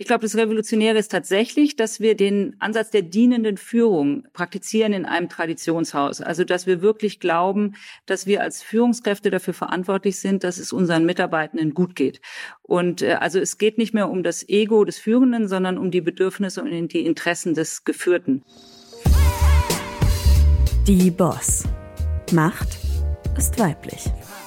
Ich glaube, das Revolutionäre ist tatsächlich, dass wir den Ansatz der dienenden Führung praktizieren in einem Traditionshaus. Also, dass wir wirklich glauben, dass wir als Führungskräfte dafür verantwortlich sind, dass es unseren Mitarbeitenden gut geht. Und also es geht nicht mehr um das Ego des Führenden, sondern um die Bedürfnisse und die Interessen des Geführten. Die Boss. Macht ist weiblich.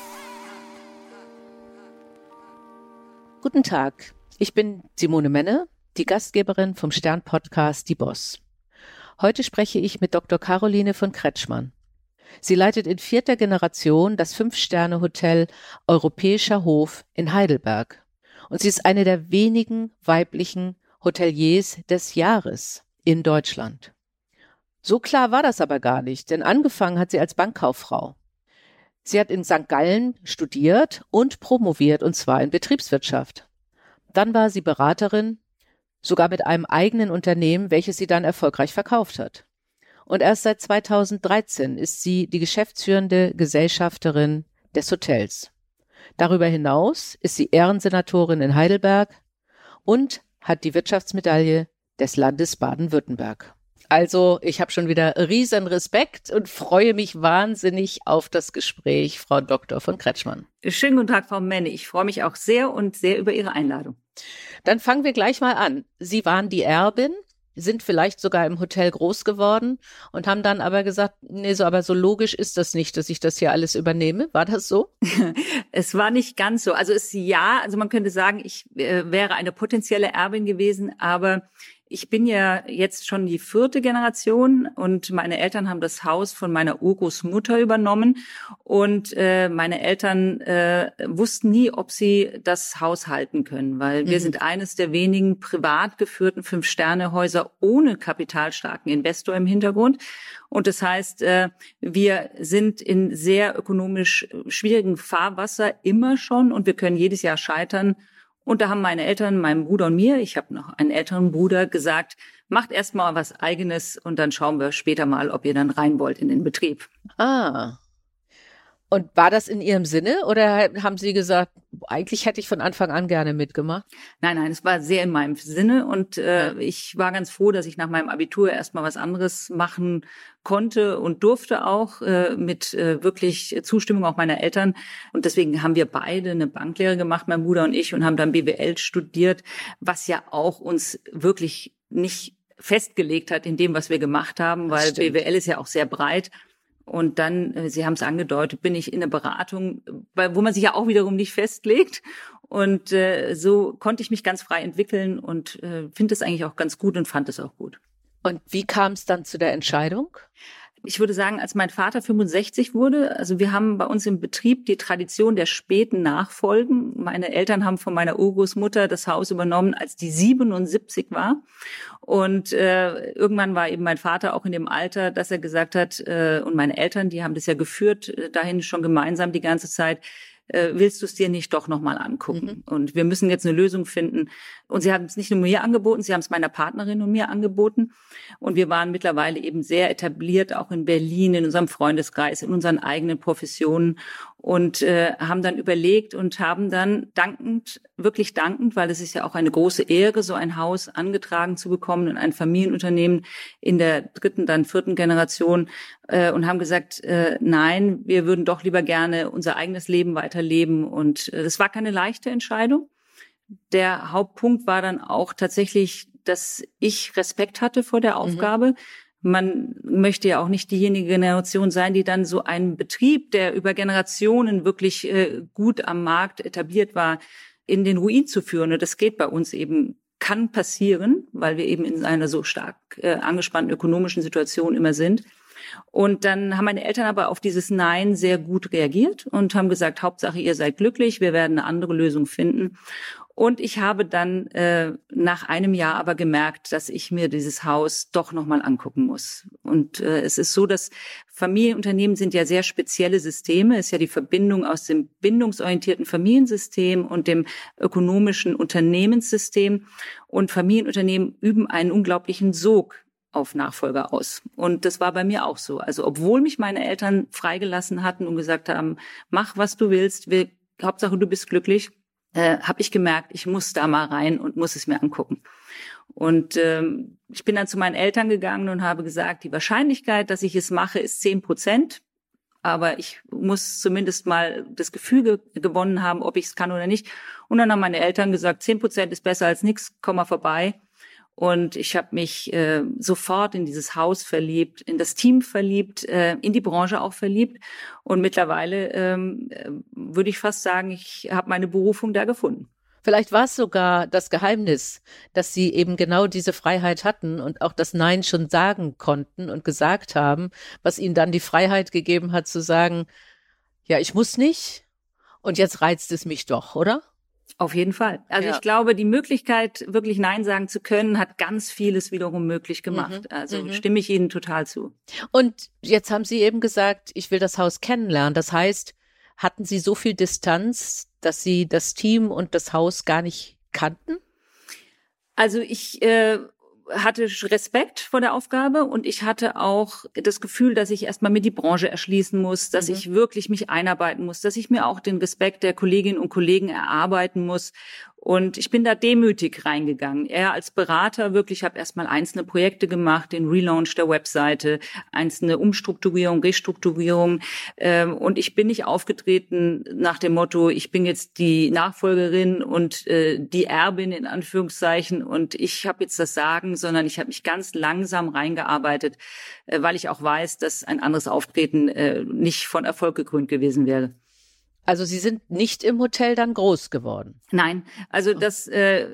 Guten Tag. Ich bin Simone Menne, die Gastgeberin vom Stern-Podcast Die Boss. Heute spreche ich mit Dr. Caroline von Kretschmann. Sie leitet in 4. Generation das 5-Sterne-Hotel Europäischer Hof in Heidelberg. Und sie ist eine der wenigen weiblichen Hoteliers des Jahres in Deutschland. So klar war das aber gar nicht, denn angefangen hat sie als Bankkauffrau. Sie hat in St. Gallen studiert und promoviert, und zwar in Betriebswirtschaft. Dann war sie Beraterin, sogar mit einem eigenen Unternehmen, welches sie dann erfolgreich verkauft hat. Und erst seit 2013 ist sie die geschäftsführende Gesellschafterin des Hotels. Darüber hinaus ist sie Ehrensenatorin in Heidelberg und hat die Wirtschaftsmedaille des Landes Baden-Württemberg. Also, ich habe schon wieder riesen Respekt und freue mich wahnsinnig auf das Gespräch, Frau Dr. von Kretschmann. Schönen guten Tag, Frau Menne. Ich freue mich auch sehr über Ihre Einladung. Dann fangen wir gleich mal an. Sie waren die Erbin, sind vielleicht sogar im Hotel groß geworden und haben dann aber gesagt, nee, aber so logisch ist das nicht, dass ich das hier alles übernehme. War das so? Es war nicht ganz so. Also man könnte sagen, ich wäre eine potenzielle Erbin gewesen, aber ich bin ja jetzt schon die 4. Generation und meine Eltern haben das Haus von meiner Urgroßmutter übernommen und meine Eltern wussten nie, ob sie das Haus halten können, weil wir sind eines der wenigen privat geführten 5-Sterne-Häuser ohne kapitalstarken Investor im Hintergrund. Und das heißt, wir sind in sehr ökonomisch schwierigen Fahrwasser immer schon und wir können jedes Jahr scheitern. Und da haben meine Eltern, meinem Bruder und mir, ich habe noch einen älteren Bruder, gesagt, macht erst mal was Eigenes und dann schauen wir später mal, ob ihr dann rein wollt in den Betrieb. Ah. Und war das in Ihrem Sinne oder haben Sie gesagt, eigentlich hätte ich von Anfang an gerne mitgemacht? Nein, es war sehr in meinem Sinne und ich war ganz froh, dass ich nach meinem Abitur erst mal was anderes machen konnte und durfte auch mit wirklich Zustimmung auch meiner Eltern. Und deswegen haben wir beide eine Banklehre gemacht, mein Bruder und ich, und haben dann BWL studiert, was ja auch uns wirklich nicht festgelegt hat in dem, was wir gemacht haben, weil BWL ist ja auch sehr breit. Und dann, Sie haben es angedeutet, bin ich in eine Beratung, wo man sich ja auch wiederum nicht festlegt. Und so konnte ich mich ganz frei entwickeln und finde es eigentlich auch ganz gut und fand es auch gut. Und wie kam es dann zu der Entscheidung? Ich würde sagen, als mein Vater 65 wurde, also wir haben bei uns im Betrieb die Tradition der späten Nachfolgen. Meine Eltern haben von meiner Urgroßmutter das Haus übernommen, als die 77 war. Und irgendwann war eben mein Vater auch in dem Alter, dass er gesagt hat, und meine Eltern, die haben das ja geführt, dahin schon gemeinsam die ganze Zeit, willst du es dir nicht doch nochmal angucken? Und wir müssen jetzt eine Lösung finden. Und sie haben es nicht nur mir angeboten, sie haben es meiner Partnerin und mir angeboten. Und wir waren mittlerweile eben sehr etabliert, auch in Berlin, in unserem Freundeskreis, in unseren eigenen Professionen und haben dann überlegt und haben dann wirklich dankend, weil es ist ja auch eine große Ehre, so ein Haus angetragen zu bekommen und ein Familienunternehmen in der 3., dann 4. Generation und haben gesagt, nein, wir würden doch lieber gerne unser eigenes Leben weiterleben. Und das war keine leichte Entscheidung. Der Hauptpunkt war dann auch tatsächlich, dass ich Respekt hatte vor der Aufgabe. Man möchte ja auch nicht diejenige Generation sein, die dann so einen Betrieb, der über Generationen wirklich gut am Markt etabliert war, in den Ruin zu führen. Und das geht bei uns eben, kann passieren, weil wir eben in einer so stark angespannten ökonomischen Situation immer sind. Und dann haben meine Eltern aber auf dieses Nein sehr gut reagiert und haben gesagt, Hauptsache ihr seid glücklich, wir werden eine andere Lösung finden. Und ich habe dann nach einem Jahr aber gemerkt, dass ich mir dieses Haus doch nochmal angucken muss. Und es ist so, dass Familienunternehmen sind ja sehr spezielle Systeme. Es ist ja die Verbindung aus dem bindungsorientierten Familiensystem und dem ökonomischen Unternehmenssystem. Und Familienunternehmen üben einen unglaublichen Sog auf Nachfolger aus. Und das war bei mir auch so. Also obwohl mich meine Eltern freigelassen hatten und gesagt haben, mach, was du willst, Hauptsache du bist glücklich, habe ich gemerkt, ich muss da mal rein und muss es mir angucken. Und ich bin dann zu meinen Eltern gegangen und habe gesagt, die Wahrscheinlichkeit, dass ich es mache, ist 10%. Aber ich muss zumindest mal das Gefühl gewonnen haben, ob ich es kann oder nicht. Und dann haben meine Eltern gesagt, 10% ist besser als nichts, komm mal vorbei. Und ich habe mich sofort in dieses Haus verliebt, in das Team verliebt, in die Branche auch verliebt. Und mittlerweile würde ich fast sagen, ich habe meine Berufung da gefunden. Vielleicht war es sogar das Geheimnis, dass Sie eben genau diese Freiheit hatten und auch das Nein schon sagen konnten und gesagt haben, was Ihnen dann die Freiheit gegeben hat zu sagen, ja, ich muss nicht und jetzt reizt es mich doch, oder? Auf jeden Fall. Also Ja. ich glaube, die Möglichkeit, wirklich Nein sagen zu können, hat ganz vieles wiederum möglich gemacht. Also stimme ich Ihnen total zu. Und jetzt haben Sie eben gesagt, ich will das Haus kennenlernen. Das heißt, hatten Sie so viel Distanz, dass Sie das Team und das Haus gar nicht kannten? Also ich hatte Respekt vor der Aufgabe und ich hatte auch das Gefühl, dass ich erstmal mir die Branche erschließen muss, dass ich wirklich mich einarbeiten muss, dass ich mir auch den Respekt der Kolleginnen und Kollegen erarbeiten muss. Und ich bin da demütig reingegangen. Eher als Berater wirklich, habe erstmal einzelne Projekte gemacht, den Relaunch der Webseite, einzelne Umstrukturierung, Restrukturierung. Und ich bin nicht aufgetreten nach dem Motto, ich bin jetzt die Nachfolgerin und die Erbin in Anführungszeichen und ich habe jetzt das Sagen, sondern ich habe mich ganz langsam reingearbeitet, weil ich auch weiß, dass ein anderes Auftreten nicht von Erfolg gekrönt gewesen wäre. Also Sie sind nicht im Hotel dann groß geworden? Nein, also das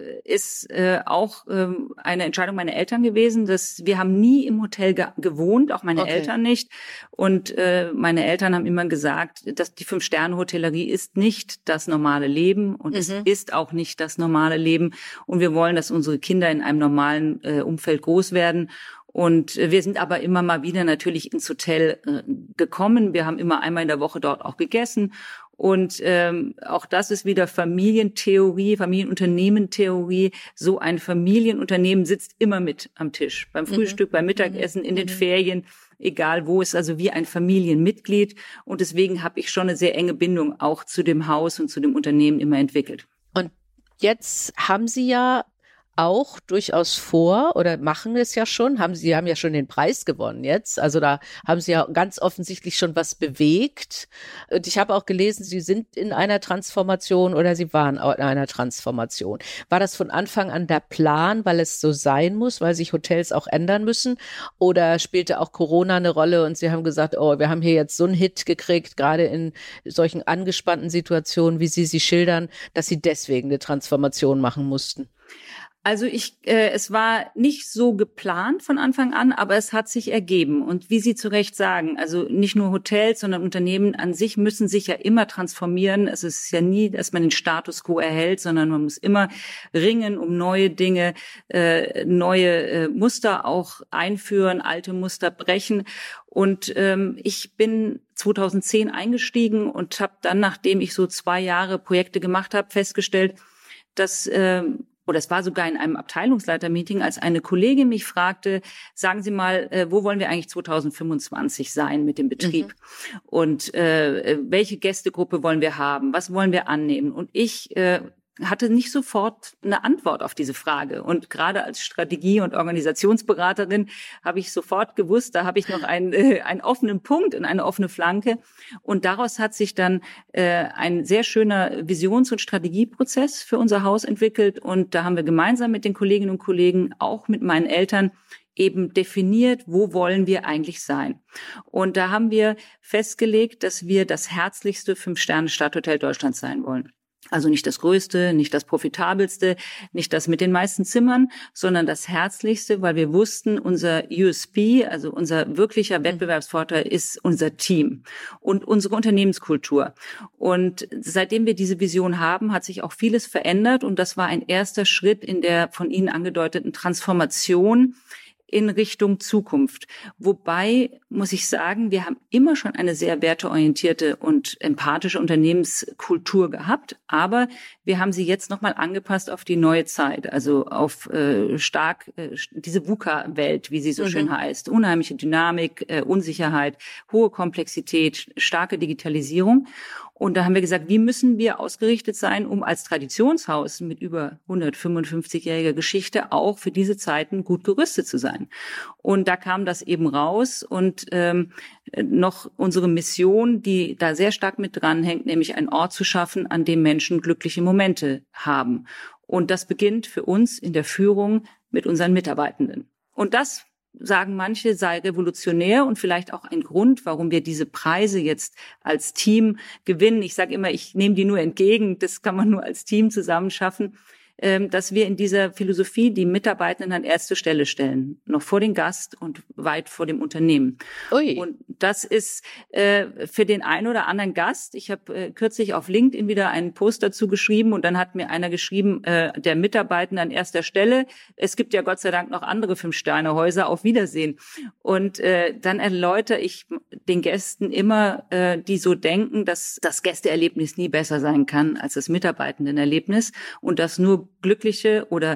ist auch eine Entscheidung meiner Eltern gewesen. Wir haben nie im Hotel gewohnt, auch meine Eltern nicht. Und meine Eltern haben immer gesagt, dass die 5-Sterne-Hotellerie ist nicht das normale Leben und es ist auch nicht das normale Leben. Und wir wollen, dass unsere Kinder in einem normalen Umfeld groß werden. Und wir sind aber immer mal wieder natürlich ins Hotel gekommen. Wir haben immer einmal in der Woche dort auch gegessen. Und auch das ist wieder Familientheorie, Familienunternehmentheorie. So ein Familienunternehmen sitzt immer mit am Tisch. Beim Frühstück, beim Mittagessen, in den Ferien, egal wo, ist also wie ein Familienmitglied. Und deswegen habe ich schon eine sehr enge Bindung auch zu dem Haus und zu dem Unternehmen immer entwickelt. Und jetzt haben Sie ja auch durchaus vor oder machen es ja schon, Sie haben ja schon den Preis gewonnen jetzt, also da haben Sie ja ganz offensichtlich schon was bewegt. Und ich habe auch gelesen, Sie sind in einer Transformation oder Sie waren in einer Transformation. War das von Anfang an der Plan, weil es so sein muss, weil sich Hotels auch ändern müssen? Oder spielte auch Corona eine Rolle und Sie haben gesagt, oh, wir haben hier jetzt so einen Hit gekriegt, gerade in solchen angespannten Situationen, wie Sie sie schildern, dass Sie deswegen eine Transformation machen mussten? Also es war nicht so geplant von Anfang an, aber es hat sich ergeben. Und wie Sie zu Recht sagen, also nicht nur Hotels, sondern Unternehmen an sich müssen sich ja immer transformieren. Es ist ja nie, dass man den Status quo erhält, sondern man muss immer ringen um neue Dinge, neue Muster auch einführen, alte Muster brechen. Und ich bin 2010 eingestiegen und habe dann, nachdem ich so 2 Jahre Projekte gemacht habe, festgestellt, dass oder es war sogar in einem Abteilungsleitermeeting, als eine Kollegin mich fragte, sagen Sie mal, wo wollen wir eigentlich 2025 sein mit dem Betrieb? Und welche Gästegruppe wollen wir haben? Was wollen wir annehmen? Und ich hatte nicht sofort eine Antwort auf diese Frage. Und gerade als Strategie- und Organisationsberaterin habe ich sofort gewusst, da habe ich noch einen offenen Punkt und eine offene Flanke. Und daraus hat sich dann ein sehr schöner Visions- und Strategieprozess für unser Haus entwickelt. Und da haben wir gemeinsam mit den Kolleginnen und Kollegen, auch mit meinen Eltern, eben definiert, wo wollen wir eigentlich sein. Und da haben wir festgelegt, dass wir das herzlichste 5-Sterne-Stadthotel Deutschlands sein wollen. Also nicht das Größte, nicht das Profitabelste, nicht das mit den meisten Zimmern, sondern das Herzlichste, weil wir wussten, unser USP, also unser wirklicher Wettbewerbsvorteil ist unser Team und unsere Unternehmenskultur. Und seitdem wir diese Vision haben, hat sich auch vieles verändert und das war ein erster Schritt in der von Ihnen angedeuteten Transformation in Richtung Zukunft. Wobei, muss ich sagen, wir haben immer schon eine sehr werteorientierte und empathische Unternehmenskultur gehabt, aber wir haben sie jetzt nochmal angepasst auf die neue Zeit, also auf diese VUCA-Welt, wie sie so schön heißt. Unheimliche Dynamik, Unsicherheit, hohe Komplexität, starke Digitalisierung. Und da haben wir gesagt, wie müssen wir ausgerichtet sein, um als Traditionshaus mit über 155-jähriger Geschichte auch für diese Zeiten gut gerüstet zu sein. Und da kam das eben raus und noch unsere Mission, die da sehr stark mit dranhängt, nämlich einen Ort zu schaffen, an dem Menschen glückliche Momente haben. Und das beginnt für uns in der Führung mit unseren Mitarbeitenden. Und das, sagen manche, sei revolutionär und vielleicht auch ein Grund, warum wir diese Preise jetzt als Team gewinnen. Ich sage immer, ich nehme die nur entgegen, das kann man nur als Team zusammen schaffen, dass wir in dieser Philosophie die Mitarbeitenden an erste Stelle stellen, noch vor den Gast und weit vor dem Unternehmen. Ui. Und das ist für den einen oder anderen Gast, ich habe kürzlich auf LinkedIn wieder einen Post dazu geschrieben und dann hat mir einer geschrieben, der Mitarbeitende an erster Stelle, es gibt ja Gott sei Dank noch andere 5-Sterne-Häuser, auf Wiedersehen. Und dann erläutere ich den Gästen immer, die so denken, dass das Gästeerlebnis nie besser sein kann als das Mitarbeitendenerlebnis und dass nur glückliche oder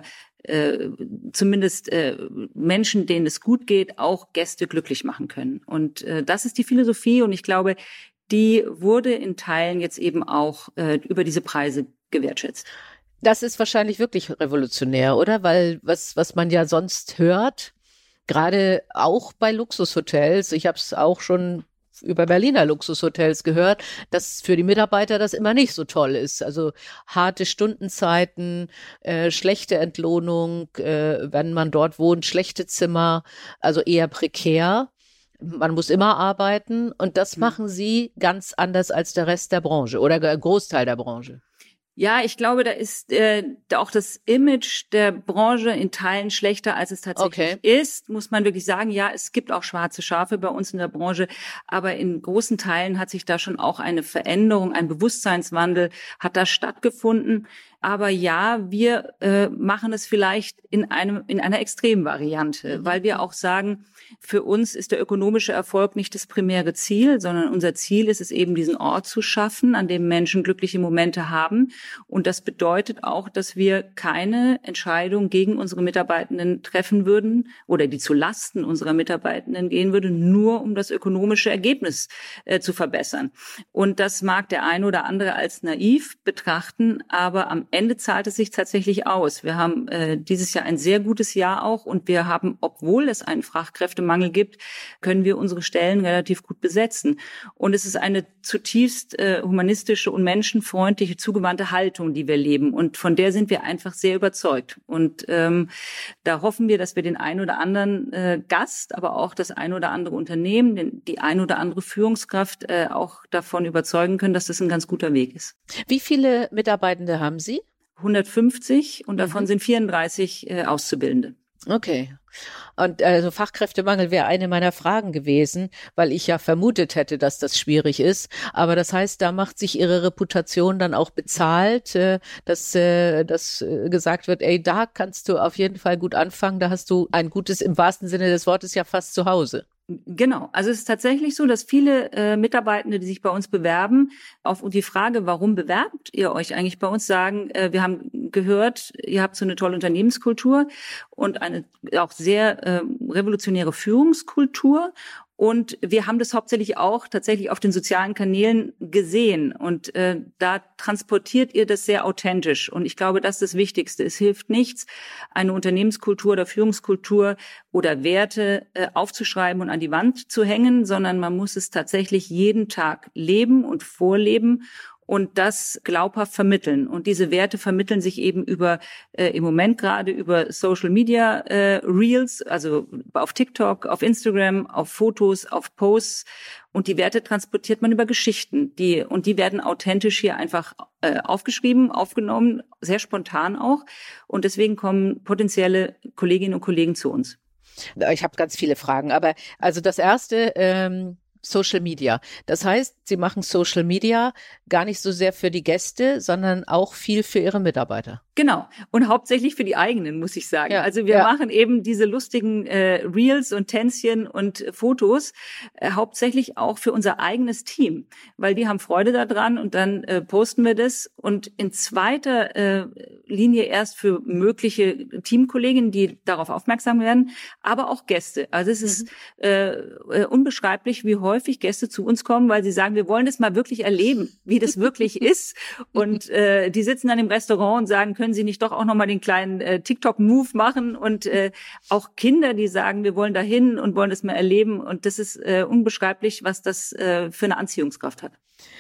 zumindest Menschen, denen es gut geht, auch Gäste glücklich machen können. Und das ist die Philosophie und ich glaube, die wurde in Teilen jetzt eben auch über diese Preise gewertschätzt. Das ist wahrscheinlich wirklich revolutionär, oder? Weil was man ja sonst hört, gerade auch bei Luxushotels, ich habe es auch schon über Berliner Luxushotels gehört, dass für die Mitarbeiter das immer nicht so toll ist. Also harte Stundenzeiten, schlechte Entlohnung, wenn man dort wohnt, schlechte Zimmer, also eher prekär. Man muss immer arbeiten und das machen Sie ganz anders als der Rest der Branche oder ein Großteil der Branche. Ja, ich glaube, da ist auch das Image der Branche in Teilen schlechter, als es tatsächlich ist, muss man wirklich sagen. Ja, es gibt auch schwarze Schafe bei uns in der Branche, aber in großen Teilen hat sich da schon auch eine Veränderung, ein Bewusstseinswandel hat da stattgefunden. Aber ja, wir machen es vielleicht in einer Extremvariante, weil wir auch sagen, für uns ist der ökonomische Erfolg nicht das primäre Ziel, sondern unser Ziel ist es eben, diesen Ort zu schaffen, an dem Menschen glückliche Momente haben. Und das bedeutet auch, dass wir keine Entscheidung gegen unsere Mitarbeitenden treffen würden oder die zu Lasten unserer Mitarbeitenden gehen würde, nur um das ökonomische Ergebnis zu verbessern. Und das mag der eine oder andere als naiv betrachten, aber am Ende zahlt es sich tatsächlich aus. Wir haben dieses Jahr ein sehr gutes Jahr auch und wir haben, obwohl es einen Fachkräftemangel gibt, können wir unsere Stellen relativ gut besetzen. Und es ist eine zutiefst humanistische und menschenfreundliche, zugewandte Haltung, die wir leben. Und von der sind wir einfach sehr überzeugt. Und da hoffen wir, dass wir den ein oder anderen Gast, aber auch das ein oder andere Unternehmen, die ein oder andere Führungskraft auch davon überzeugen können, dass das ein ganz guter Weg ist. Wie viele Mitarbeitende haben Sie? 150 und davon sind 34 Auszubildende. Okay. Und also Fachkräftemangel wäre eine meiner Fragen gewesen, weil ich ja vermutet hätte, dass das schwierig ist. Aber das heißt, da macht sich Ihre Reputation dann auch bezahlt, dass gesagt wird, ey, da kannst du auf jeden Fall gut anfangen, da hast du ein gutes, im wahrsten Sinne des Wortes, ja fast zu Hause. Genau. Also es ist tatsächlich so, dass viele Mitarbeitende, die sich bei uns bewerben, auf die Frage, warum bewerbt ihr euch eigentlich bei uns, sagen, wir haben gehört, ihr habt so eine tolle Unternehmenskultur und eine auch sehr revolutionäre Führungskultur. Und wir haben das hauptsächlich auch tatsächlich auf den sozialen Kanälen gesehen. Und da transportiert ihr das sehr authentisch. Und ich glaube, das ist das Wichtigste. Es hilft nichts, eine Unternehmenskultur oder Führungskultur oder Werte aufzuschreiben und an die Wand zu hängen, sondern man muss es tatsächlich jeden Tag leben und vorleben und das glaubhaft vermitteln. Und diese Werte vermitteln sich eben über im Moment gerade über Social Media Reels, also auf TikTok, auf Instagram, auf Fotos, auf Posts. Und die Werte transportiert man über Geschichten. Die werden authentisch hier einfach aufgeschrieben, aufgenommen, sehr spontan auch. Und deswegen kommen potenzielle Kolleginnen und Kollegen zu uns. Ich habe ganz viele Fragen, aber also das erste, Social Media. Das heißt, Sie machen Social Media gar nicht so sehr für die Gäste, sondern auch viel für Ihre Mitarbeiter. Genau. Und hauptsächlich für die eigenen, muss ich sagen. Ja, Also wir machen eben diese lustigen Reels und Tänzchen und Fotos hauptsächlich auch für unser eigenes Team, weil die haben Freude daran und dann posten wir das und in zweiter Linie erst für mögliche Teamkolleginnen, die darauf aufmerksam werden, aber auch Gäste. Also es ist unbeschreiblich, wie häufig Gäste zu uns kommen, weil sie sagen, wir wollen das mal wirklich erleben, wie das wirklich ist. Und die sitzen dann im Restaurant und sagen, können Sie nicht doch auch nochmal den kleinen TikTok-Move machen? Und auch Kinder, die sagen, wir wollen dahin und wollen das mal erleben. Und das ist unbeschreiblich, was das für eine Anziehungskraft hat.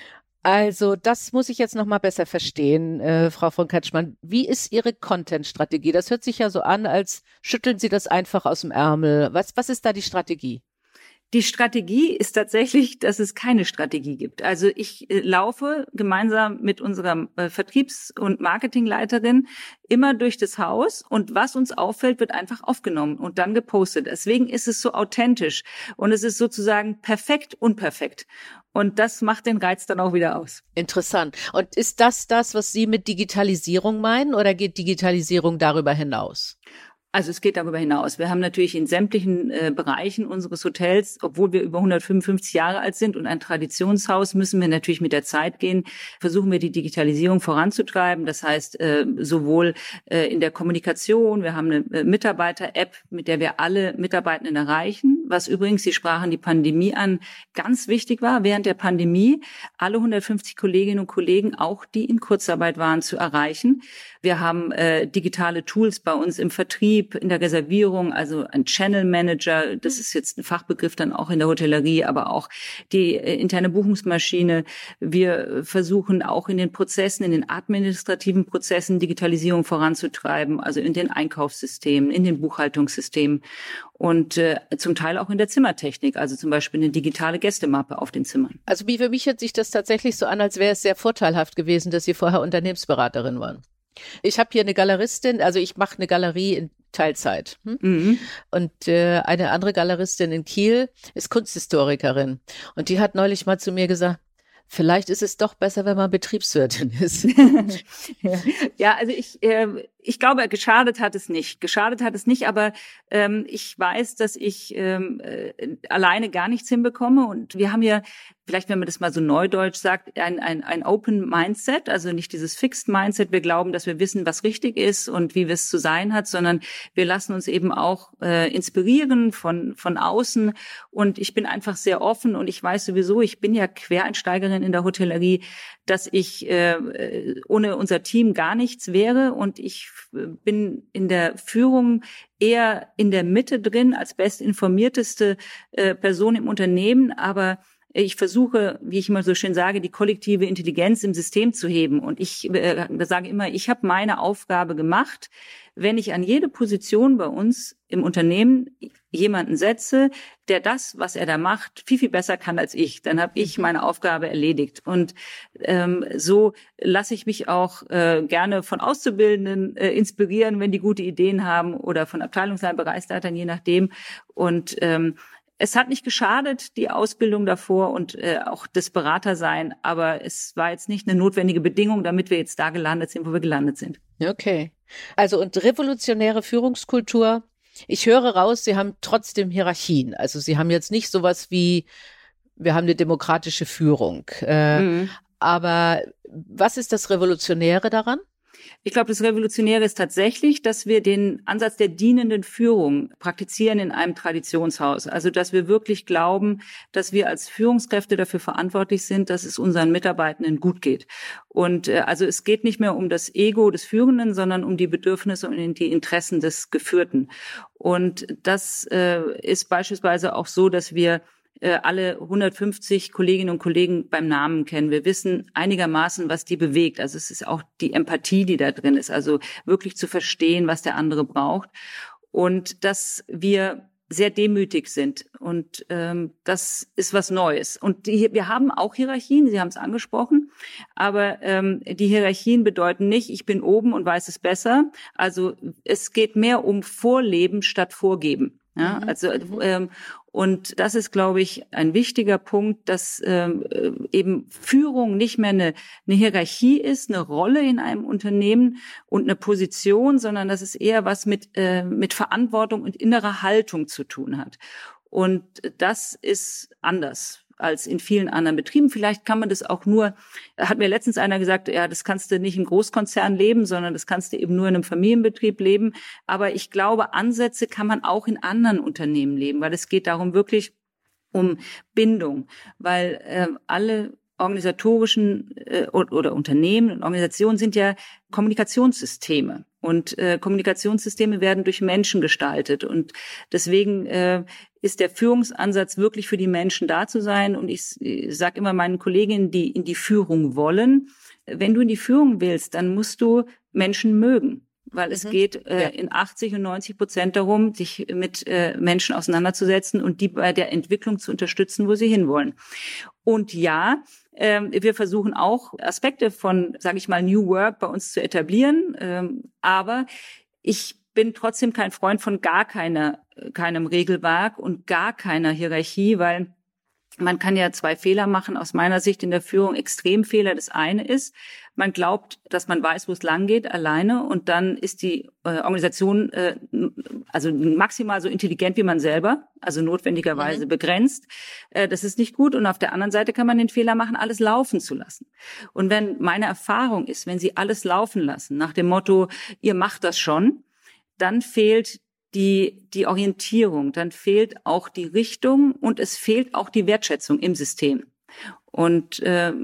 Also das muss ich jetzt noch mal besser verstehen, Frau von Kretschmann. Wie ist Ihre Content-Strategie? Das hört sich ja so an, als schütteln Sie das einfach aus dem Ärmel. Was ist da die Strategie? Die Strategie ist tatsächlich, dass es keine Strategie gibt. Also ich laufe gemeinsam mit unserer Vertriebs- und Marketingleiterin immer durch das Haus und was uns auffällt, wird einfach aufgenommen und dann gepostet. Deswegen ist es so authentisch und es ist sozusagen perfekt unperfekt. Und das macht den Reiz dann auch wieder aus. Interessant. Und ist das, was Sie mit Digitalisierung meinen, oder geht Digitalisierung darüber hinaus? Also es geht darüber hinaus. Wir haben natürlich in sämtlichen Bereichen unseres Hotels, obwohl wir über 155 Jahre alt sind und ein Traditionshaus, müssen wir natürlich mit der Zeit gehen, versuchen wir die Digitalisierung voranzutreiben. Das heißt, sowohl in der Kommunikation, wir haben eine Mitarbeiter-App, mit der wir alle Mitarbeitenden erreichen, was übrigens, Sie sprachen die Pandemie an, ganz wichtig war, während der Pandemie alle 150 Kolleginnen und Kollegen, auch die in Kurzarbeit waren, zu erreichen. Wir haben digitale Tools bei uns im Vertrieb, in der Reservierung, also ein Channel Manager, das ist jetzt ein Fachbegriff dann auch in der Hotellerie, aber auch die interne Buchungsmaschine. Wir versuchen auch in den Prozessen, in den administrativen Prozessen Digitalisierung voranzutreiben, also in den Einkaufssystemen, in den Buchhaltungssystemen und zum Teil auch in der Zimmertechnik, also zum Beispiel eine digitale Gästemappe auf den Zimmern. Also für mich hört sich das tatsächlich so an, als wäre es sehr vorteilhaft gewesen, dass Sie vorher Unternehmensberaterin waren. Ich habe hier eine Galeristin, also ich mache eine Galerie in Teilzeit. Und eine andere Galeristin in Kiel ist Kunsthistorikerin. Und die hat neulich mal zu mir gesagt, vielleicht ist es doch besser, wenn man Betriebswirtin ist. Ja, also ich glaube, geschadet hat es nicht. Geschadet hat es nicht, aber ich weiß, dass ich alleine gar nichts hinbekomme. Und wir haben ja, vielleicht wenn man das mal so neudeutsch sagt, ein Open Mindset, also nicht dieses Fixed Mindset. Wir glauben, dass wir wissen, was richtig ist und wie es zu sein hat, sondern wir lassen uns eben auch inspirieren von außen. Und ich bin einfach sehr offen und ich weiß sowieso, ich bin ja Quereinsteigerin in der Hotellerie, dass ich ohne unser Team gar nichts wäre und ich bin in der Führung eher in der Mitte drin als bestinformierteste Person im Unternehmen, aber ich versuche, wie ich immer so schön sage, die kollektive Intelligenz im System zu heben. Und ich sage immer, ich habe meine Aufgabe gemacht. Wenn ich an jede Position bei uns im Unternehmen jemanden setze, der das, was er da macht, viel, viel besser kann als ich, dann habe ich meine Aufgabe erledigt. Und so lasse ich mich auch gerne von Auszubildenden inspirieren, wenn die gute Ideen haben oder von Abteilungsleitern, Bereichsleitern, je nachdem. Und es hat nicht geschadet, die Ausbildung davor und auch das Beratersein, aber es war jetzt nicht eine notwendige Bedingung, damit wir jetzt da gelandet sind, wo wir gelandet sind. Okay. Also und revolutionäre Führungskultur. Ich höre raus, Sie haben trotzdem Hierarchien. Also Sie haben jetzt nicht sowas wie, wir haben eine demokratische Führung. Aber was ist das Revolutionäre daran? Ich glaube, das Revolutionäre ist tatsächlich, dass wir den Ansatz der dienenden Führung praktizieren in einem Traditionshaus. Also, dass wir wirklich glauben, dass wir als Führungskräfte dafür verantwortlich sind, dass es unseren Mitarbeitenden gut geht. Und also es geht nicht mehr um das Ego des Führenden, sondern um die Bedürfnisse und die Interessen des Geführten. Und das ist beispielsweise auch so, dass wir alle 150 Kolleginnen und Kollegen beim Namen kennen. Wir wissen einigermaßen, was die bewegt. Also es ist auch die Empathie, die da drin ist. Also wirklich zu verstehen, was der andere braucht. Und dass wir sehr demütig sind. Und das ist was Neues. Und wir haben auch Hierarchien, Sie haben es angesprochen. Aber die Hierarchien bedeuten nicht, ich bin oben und weiß es besser. Also es geht mehr um Vorleben statt Vorgeben. Ja, also Und das ist, glaube ich, ein wichtiger Punkt, dass eben Führung nicht mehr eine Hierarchie ist, eine Rolle in einem Unternehmen und eine Position, sondern dass es eher was mit Verantwortung und innerer Haltung zu tun hat. Und das ist anders als in vielen anderen Betrieben. Vielleicht kann man das auch nur, hat mir letztens einer gesagt, ja, das kannst du nicht im Großkonzern leben, sondern das kannst du eben nur in einem Familienbetrieb leben. Aber ich glaube, Ansätze kann man auch in anderen Unternehmen leben, weil es geht darum wirklich um Bindung, weil alle organisatorischen oder Unternehmen und Organisationen sind ja Kommunikationssysteme. Und Kommunikationssysteme werden durch Menschen gestaltet. Und deswegen ist der Führungsansatz wirklich für die Menschen da zu sein. Und ich sage immer meinen Kolleginnen, die in die Führung wollen, wenn du in die Führung willst, dann musst du Menschen mögen. Weil es geht in 80 und 90% darum, sich mit Menschen auseinanderzusetzen und die bei der Entwicklung zu unterstützen, wo sie hinwollen. Und ja, wir versuchen auch Aspekte von, sage ich mal, New Work bei uns zu etablieren. Aber ich bin trotzdem kein Freund von gar keinem Regelwerk und gar keiner Hierarchie, weil man kann ja 2 Fehler machen aus meiner Sicht in der Führung. Extremfehler. Das eine ist, man glaubt, dass man weiß, wo es lang geht, alleine, und dann ist die Organisation also maximal so intelligent wie man selber, also notwendigerweise begrenzt. Das ist nicht gut. Und auf der anderen Seite kann man den Fehler machen, alles laufen zu lassen. Und wenn meine Erfahrung ist, wenn Sie alles laufen lassen, nach dem Motto, ihr macht das schon, dann fehlt die Orientierung, dann fehlt auch die Richtung und es fehlt auch die Wertschätzung im System. Und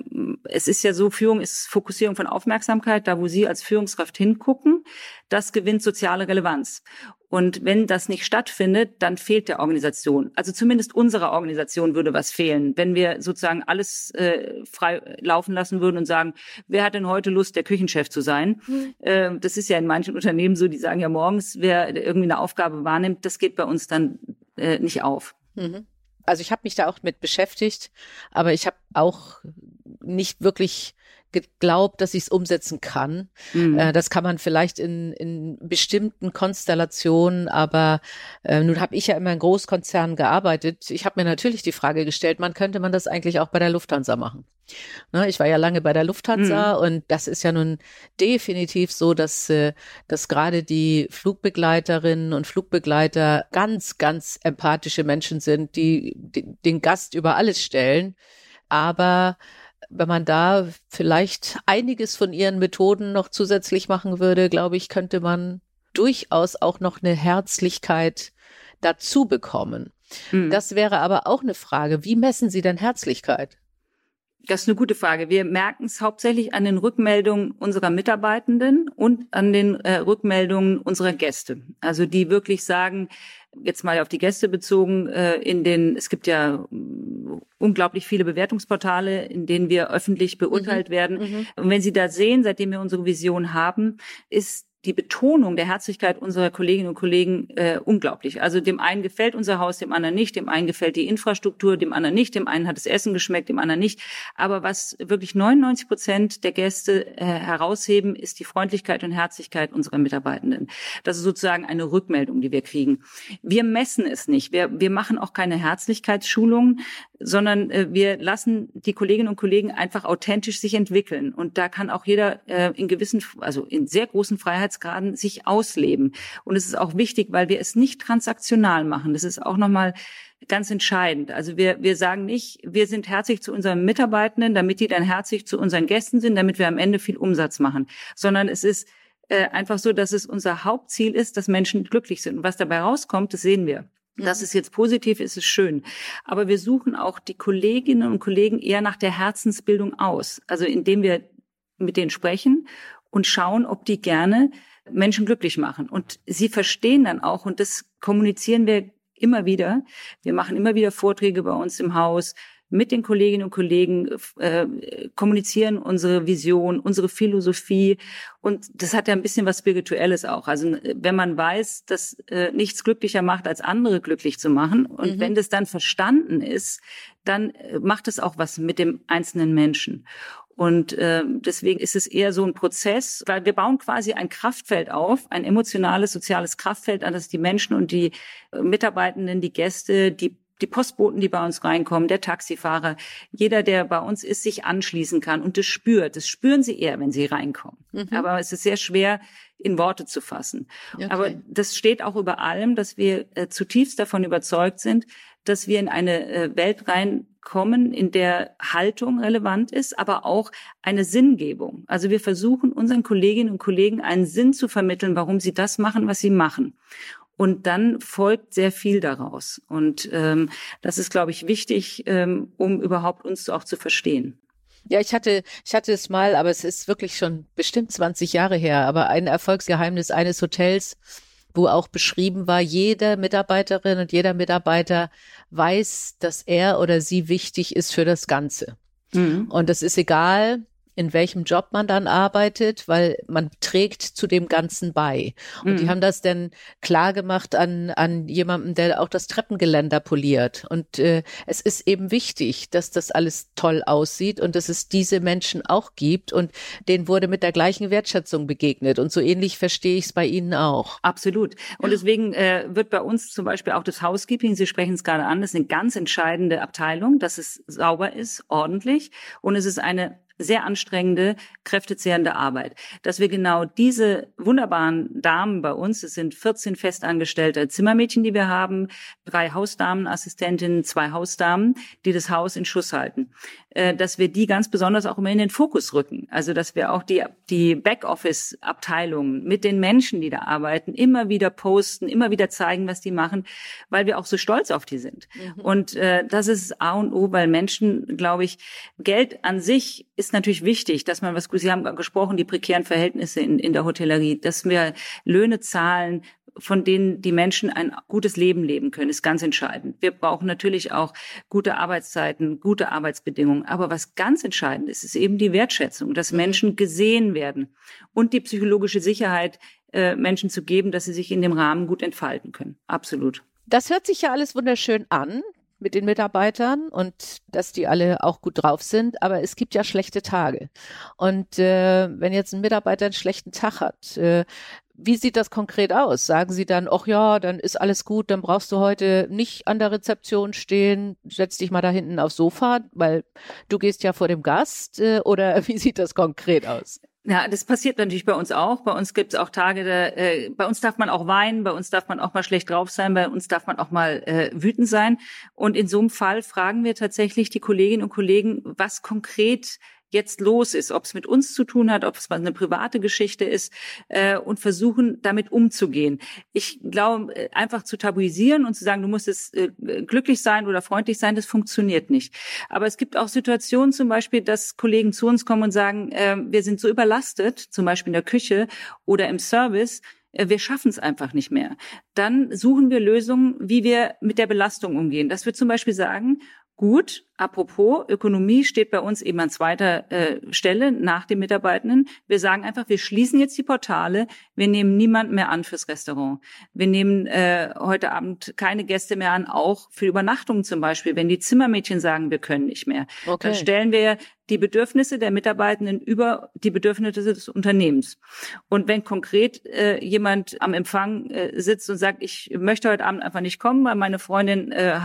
es ist ja so, Führung ist Fokussierung von Aufmerksamkeit, da wo Sie als Führungskraft hingucken, das gewinnt soziale Relevanz. Und wenn das nicht stattfindet, dann fehlt der Organisation. Also zumindest unserer Organisation würde was fehlen, wenn wir sozusagen alles frei laufen lassen würden und sagen, wer hat denn heute Lust, der Küchenchef zu sein? Das ist ja in manchen Unternehmen so, die sagen ja morgens, wer irgendwie eine Aufgabe wahrnimmt, das geht bei uns dann nicht auf. Also ich habe mich da auch mit beschäftigt, aber ich habe auch nicht wirklich geglaubt, dass ich es umsetzen kann. Das kann man vielleicht in bestimmten Konstellationen, aber nun habe ich ja immer in Großkonzernen gearbeitet. Ich habe mir natürlich die Frage gestellt, könnte man das eigentlich auch bei der Lufthansa machen? Ne, ich war ja lange bei der Lufthansa und das ist ja nun definitiv so, dass gerade die Flugbegleiterinnen und Flugbegleiter ganz, ganz empathische Menschen sind, die den Gast über alles stellen. Aber wenn man da vielleicht einiges von ihren Methoden noch zusätzlich machen würde, glaube ich, könnte man durchaus auch noch eine Herzlichkeit dazu bekommen. Das wäre aber auch eine Frage. Wie messen Sie denn Herzlichkeit? Das ist eine gute Frage. Wir merken es hauptsächlich an den Rückmeldungen unserer Mitarbeitenden und an den Rückmeldungen unserer Gäste. Also die wirklich sagen, jetzt mal auf die Gäste bezogen, es gibt ja unglaublich viele Bewertungsportale, in denen wir öffentlich beurteilt werden. Und wenn Sie da sehen, seitdem wir unsere Vision haben, ist die Betonung der Herzlichkeit unserer Kolleginnen und Kollegen unglaublich. Also dem einen gefällt unser Haus, dem anderen nicht, dem einen gefällt die Infrastruktur, dem anderen nicht, dem einen hat das Essen geschmeckt, dem anderen nicht. Aber was wirklich 99% der Gäste herausheben, ist die Freundlichkeit und Herzlichkeit unserer Mitarbeitenden. Das ist sozusagen eine Rückmeldung, die wir kriegen. Wir messen es nicht. Wir machen auch keine Herzlichkeitsschulungen, sondern wir lassen die Kolleginnen und Kollegen einfach authentisch sich entwickeln. Und da kann auch jeder in sehr großen Freiheitsgraden sich ausleben. Und es ist auch wichtig, weil wir es nicht transaktional machen. Das ist auch nochmal ganz entscheidend. Also wir sagen nicht, wir sind herzlich zu unseren Mitarbeitenden, damit die dann herzlich zu unseren Gästen sind, damit wir am Ende viel Umsatz machen. Sondern es ist einfach so, dass es unser Hauptziel ist, dass Menschen glücklich sind. Und was dabei rauskommt, das sehen wir. Das ist jetzt positiv, ist es schön. Aber wir suchen auch die Kolleginnen und Kollegen eher nach der Herzensbildung aus. Also indem wir mit denen sprechen und schauen, ob die gerne Menschen glücklich machen. Und sie verstehen dann auch, und das kommunizieren wir immer wieder. Wir machen immer wieder Vorträge bei uns im Haus mit den Kolleginnen und Kollegen, kommunizieren unsere Vision, unsere Philosophie. Und das hat ja ein bisschen was Spirituelles auch. Also wenn man weiß, dass nichts glücklicher macht, als andere glücklich zu machen. Und wenn das dann verstanden ist, dann macht es auch was mit dem einzelnen Menschen. Und deswegen ist es eher so ein Prozess, weil wir bauen quasi ein Kraftfeld auf, ein emotionales, soziales Kraftfeld, an das die Menschen und die Mitarbeitenden, die Gäste, die die Postboten, die bei uns reinkommen, der Taxifahrer, jeder, der bei uns ist, sich anschließen kann und das spürt. Das spüren sie eher, wenn sie reinkommen. Aber es ist sehr schwer, in Worte zu fassen. Okay. Aber das steht auch über allem, dass wir zutiefst davon überzeugt sind, dass wir in eine Welt reinkommen, in der Haltung relevant ist, aber auch eine Sinngebung. Also wir versuchen unseren Kolleginnen und Kollegen einen Sinn zu vermitteln, warum sie das machen, was sie machen. Und dann folgt sehr viel daraus. Und das ist, glaube ich, wichtig, um überhaupt uns auch zu verstehen. Ja, ich hatte es mal, aber es ist wirklich schon bestimmt 20 Jahre her, aber ein Erfolgsgeheimnis eines Hotels, wo auch beschrieben war, jede Mitarbeiterin und jeder Mitarbeiter weiß, dass er oder sie wichtig ist für das Ganze. Und es ist egal, in welchem Job man dann arbeitet, weil man trägt zu dem Ganzen bei. Und die haben das dann klar gemacht an jemandem, der auch das Treppengeländer poliert. Und es ist eben wichtig, dass das alles toll aussieht und dass es diese Menschen auch gibt. Und denen wurde mit der gleichen Wertschätzung begegnet. Und so ähnlich verstehe ich es bei Ihnen auch. Absolut. Und deswegen wird bei uns zum Beispiel auch das Housekeeping, Sie sprechen es gerade an, das ist eine ganz entscheidende Abteilung, dass es sauber ist, ordentlich. Und es ist eine sehr anstrengende, kräftezehrende Arbeit. Dass wir genau diese wunderbaren Damen bei uns, es sind 14 festangestellte Zimmermädchen, die wir haben, 3 Hausdamenassistentinnen, 2 Hausdamen, die das Haus in Schuss halten, dass wir die ganz besonders auch immer in den Fokus rücken. Also dass wir auch die Backoffice-Abteilungen mit den Menschen, die da arbeiten, immer wieder posten, immer wieder zeigen, was die machen, weil wir auch so stolz auf die sind. Und das ist A und O, weil Menschen, glaube ich, Geld an sich ist natürlich wichtig, dass man Sie haben gesprochen, die prekären Verhältnisse in der Hotellerie, dass wir Löhne zahlen, von denen die Menschen ein gutes Leben leben können, ist ganz entscheidend. Wir brauchen natürlich auch gute Arbeitszeiten, gute Arbeitsbedingungen. Aber was ganz entscheidend ist, ist eben die Wertschätzung, dass Menschen gesehen werden und die psychologische Sicherheit, Menschen zu geben, dass sie sich in dem Rahmen gut entfalten können. Absolut. Das hört sich ja alles wunderschön an mit den Mitarbeitern und dass die alle auch gut drauf sind, aber es gibt ja schlechte Tage. Und wenn jetzt ein Mitarbeiter einen schlechten Tag hat, wie sieht das konkret aus? Sagen Sie dann, ach ja, dann ist alles gut, dann brauchst du heute nicht an der Rezeption stehen, setz dich mal da hinten aufs Sofa, weil du gehst ja vor dem Gast, oder wie sieht das konkret aus? Ja, das passiert natürlich bei uns auch. Bei uns gibt es auch Tage, bei uns darf man auch weinen, bei uns darf man auch mal schlecht drauf sein, bei uns darf man auch mal wütend sein. Und in so einem Fall fragen wir tatsächlich die Kolleginnen und Kollegen, was konkret jetzt los ist, ob es mit uns zu tun hat, ob es mal eine private Geschichte ist, und versuchen, damit umzugehen. Ich glaube, einfach zu tabuisieren und zu sagen, du musst jetzt glücklich sein oder freundlich sein, das funktioniert nicht. Aber es gibt auch Situationen zum Beispiel, dass Kollegen zu uns kommen und sagen, wir sind so überlastet, zum Beispiel in der Küche oder im Service, wir schaffen es einfach nicht mehr. Dann suchen wir Lösungen, wie wir mit der Belastung umgehen. Dass wir zum Beispiel sagen, gut, apropos, Ökonomie steht bei uns eben an zweiter Stelle nach den Mitarbeitenden. Wir sagen einfach, wir schließen jetzt die Portale, wir nehmen niemanden mehr an fürs Restaurant. Wir nehmen heute Abend keine Gäste mehr an, auch für Übernachtungen zum Beispiel, wenn die Zimmermädchen sagen, wir können nicht mehr. Okay. Dann stellen wir die Bedürfnisse der Mitarbeitenden über die Bedürfnisse des Unternehmens. Und wenn konkret jemand am Empfang sitzt und sagt, ich möchte heute Abend einfach nicht kommen, weil meine Freundin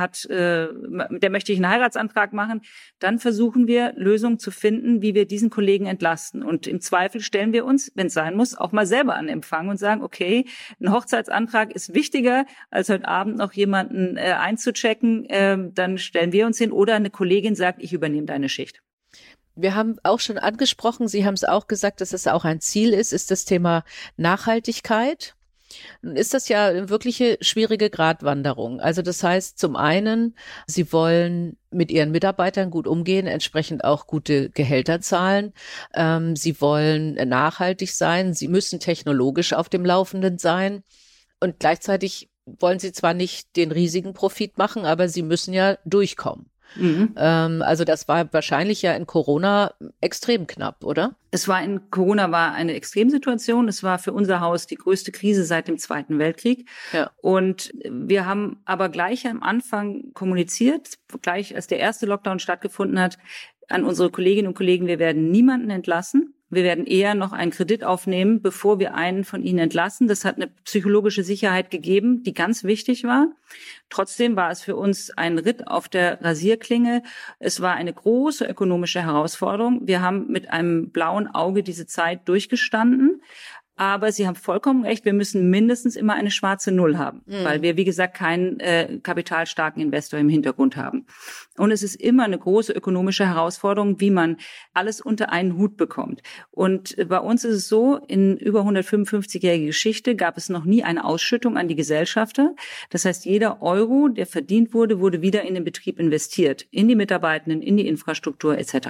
der möchte ich einen Heiratsantrag machen, dann versuchen wir Lösungen zu finden, wie wir diesen Kollegen entlasten. Und im Zweifel stellen wir uns, wenn es sein muss, auch mal selber an Empfang und sagen, okay, ein Hochzeitsantrag ist wichtiger, als heute Abend noch jemanden einzuchecken. Dann stellen wir uns hin oder eine Kollegin sagt, ich übernehme deine Schicht. Wir haben auch schon angesprochen, Sie haben es auch gesagt, dass es auch ein Ziel ist das Thema Nachhaltigkeit. Nun ist das ja eine wirkliche schwierige Gratwanderung. Also das heißt zum einen, Sie wollen mit Ihren Mitarbeitern gut umgehen, entsprechend auch gute Gehälter zahlen. Sie wollen nachhaltig sein, Sie müssen technologisch auf dem Laufenden sein und gleichzeitig wollen Sie zwar nicht den riesigen Profit machen, aber Sie müssen ja durchkommen. Also das war wahrscheinlich ja in Corona extrem knapp, oder? Corona war eine Extremsituation. Es war für unser Haus die größte Krise seit dem Zweiten Weltkrieg. Ja. Und wir haben aber gleich am Anfang kommuniziert, gleich als der erste Lockdown stattgefunden hat, an unsere Kolleginnen und Kollegen, wir werden niemanden entlassen. Wir werden eher noch einen Kredit aufnehmen, bevor wir einen von ihnen entlassen. Das hat eine psychologische Sicherheit gegeben, die ganz wichtig war. Trotzdem war es für uns ein Ritt auf der Rasierklinge. Es war eine große ökonomische Herausforderung. Wir haben mit einem blauen Auge diese Zeit durchgestanden. Aber Sie haben vollkommen recht, wir müssen mindestens immer eine schwarze Null haben, weil wir, wie gesagt, keinen kapitalstarken Investor im Hintergrund haben. Und es ist immer eine große ökonomische Herausforderung, wie man alles unter einen Hut bekommt. Und bei uns ist es so, in über 155-jähriger Geschichte gab es noch nie eine Ausschüttung an die Gesellschafter. Das heißt, jeder Euro, der verdient wurde, wurde wieder in den Betrieb investiert, in die Mitarbeitenden, in die Infrastruktur etc.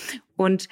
Und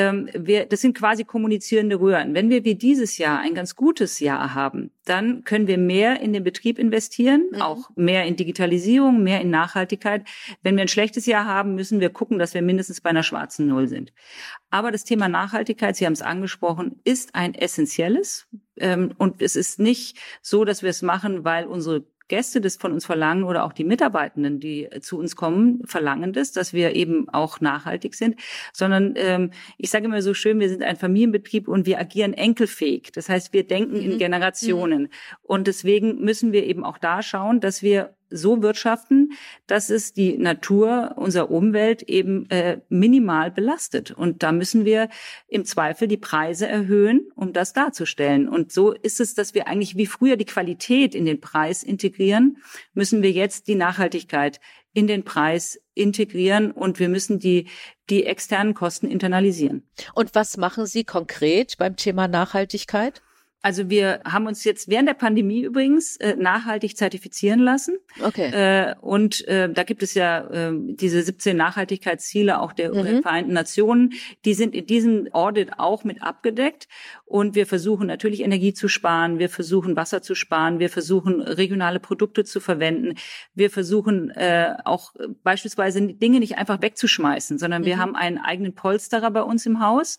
das sind quasi kommunizierende Röhren. Wenn wir wie dieses Jahr ein ganz gutes Jahr haben, dann können wir mehr in den Betrieb investieren, auch mehr in Digitalisierung, mehr in Nachhaltigkeit. Wenn wir ein schlechtes Jahr haben, müssen wir gucken, dass wir mindestens bei einer schwarzen Null sind. Aber das Thema Nachhaltigkeit, Sie haben es angesprochen, ist ein essentielles. Und es ist nicht so, dass wir es machen, weil unsere Gäste das von uns verlangen oder auch die Mitarbeitenden, die zu uns kommen, verlangen das, dass wir eben auch nachhaltig sind, sondern ich sage immer so schön, wir sind ein Familienbetrieb und wir agieren enkelfähig. Das heißt, wir denken in Generationen und deswegen müssen wir eben auch da schauen, dass wir so wirtschaften, dass es die Natur, unsere Umwelt eben minimal belastet. Und da müssen wir im Zweifel die Preise erhöhen, um das darzustellen. Und so ist es, dass wir eigentlich wie früher die Qualität in den Preis integrieren, müssen wir jetzt die Nachhaltigkeit in den Preis integrieren und wir müssen die externen Kosten internalisieren. Und was machen Sie konkret beim Thema Nachhaltigkeit? Also wir haben uns jetzt während der Pandemie übrigens nachhaltig zertifizieren lassen. Okay. Da gibt es ja diese 17 Nachhaltigkeitsziele auch der Vereinten Nationen. Die sind in diesem Audit auch mit abgedeckt. Und wir versuchen natürlich Energie zu sparen. Wir versuchen Wasser zu sparen. Wir versuchen regionale Produkte zu verwenden. Wir versuchen auch beispielsweise Dinge nicht einfach wegzuschmeißen, sondern wir haben einen eigenen Polsterer bei uns im Haus.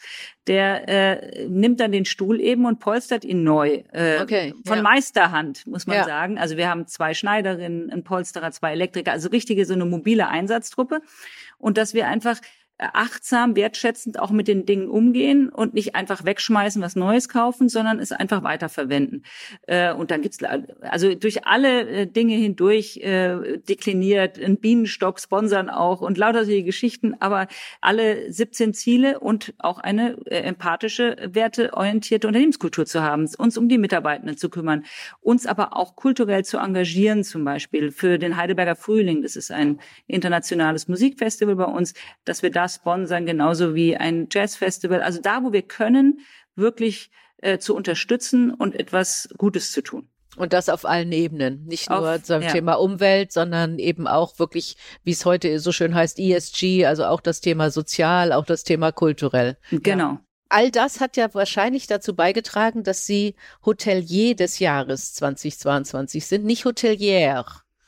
Der nimmt dann den Stuhl eben und polstert ihn neu. Von Meisterhand, muss man sagen. Also wir haben 2 Schneiderinnen, einen Polsterer, 2 Elektriker, also richtige so eine mobile Einsatztruppe. Und dass wir einfach achtsam, wertschätzend auch mit den Dingen umgehen und nicht einfach wegschmeißen, was Neues kaufen, sondern es einfach weiterverwenden. Und dann gibt's also durch alle Dinge hindurch dekliniert, einen Bienenstock sponsern auch und lauter solche Geschichten, aber alle 17 Ziele und auch eine empathische, werteorientierte Unternehmenskultur zu haben, uns um die Mitarbeitenden zu kümmern, uns aber auch kulturell zu engagieren, zum Beispiel für den Heidelberger Frühling. Das ist ein internationales Musikfestival bei uns, dass wir da sponsern, genauso wie ein Jazzfestival. Also da, wo wir können, wirklich zu unterstützen und etwas Gutes zu tun. Und das auf allen Ebenen, nicht nur zum Thema Umwelt, sondern eben auch wirklich, wie es heute so schön heißt, ESG, also auch das Thema sozial, auch das Thema kulturell. Genau. Ja. All das hat ja wahrscheinlich dazu beigetragen, dass Sie Hotelier des Jahres 2022 sind, nicht Hotelier.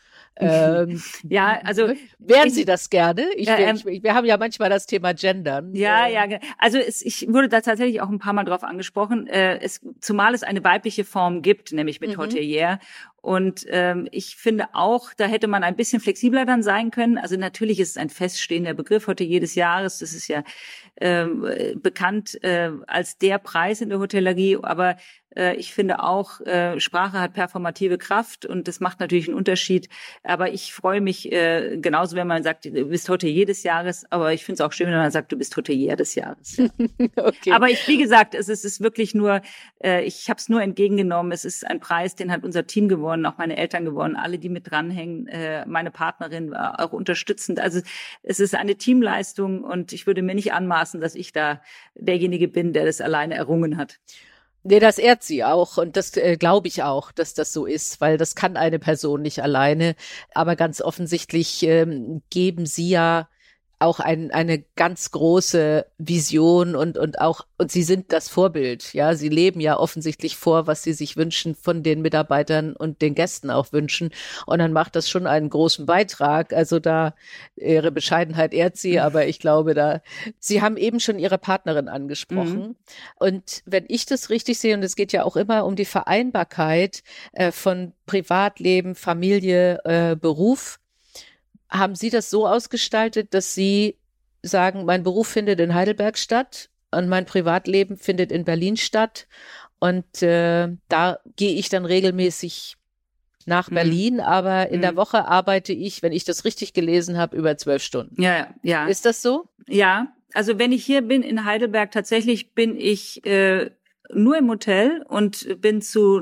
Ja, also wären Sie das gerne? Wir haben ja manchmal das Thema Gendern. Ja. Also ich wurde da tatsächlich auch ein paar Mal drauf angesprochen, zumal es eine weibliche Form gibt, nämlich mit Hotelier. Und ich finde auch, da hätte man ein bisschen flexibler dann sein können. Also natürlich ist es ein feststehender Begriff, Hotelier des Jahres. Das ist ja bekannt als der Preis in der Hotellerie. Aber ich finde auch, Sprache hat performative Kraft und das macht natürlich einen Unterschied. Aber ich freue mich genauso, wenn man sagt, du bist Hotelier des Jahres. Aber ich finde es auch schön, wenn man sagt, du bist Hotelier des Jahres. Ja. Okay. Aber wie gesagt, es ist wirklich nur, ich habe es nur entgegengenommen. Es ist ein Preis, den hat unser Team gewonnen, auch meine Eltern gewonnen, alle, die mit dranhängen. Meine Partnerin war auch unterstützend. Also es ist eine Teamleistung und ich würde mir nicht anmaßen, dass ich da derjenige bin, der das alleine errungen hat. Nee, das ehrt sie auch und das glaube ich auch, dass das so ist, weil das kann eine Person nicht alleine. Aber ganz offensichtlich geben Sie ja auch eine ganz große Vision und Sie sind das Vorbild, ja. Sie leben ja offensichtlich vor, was Sie sich wünschen von den Mitarbeitern und den Gästen auch wünschen. Und dann macht das schon einen großen Beitrag. Also da, Ihre Bescheidenheit ehrt Sie, aber ich glaube Sie haben eben schon Ihre Partnerin angesprochen. Und wenn ich das richtig sehe, und es geht ja auch immer um die Vereinbarkeit von Privatleben, Familie, Beruf, haben Sie das so ausgestaltet, dass Sie sagen, mein Beruf findet in Heidelberg statt, und mein Privatleben findet in Berlin statt. Und da gehe ich dann regelmäßig nach Berlin, aber in der Woche arbeite ich, wenn ich das richtig gelesen habe, über 12 Stunden. Ja. Ist das so? Ja, also wenn ich hier bin in Heidelberg, tatsächlich bin ich nur im Hotel und bin zu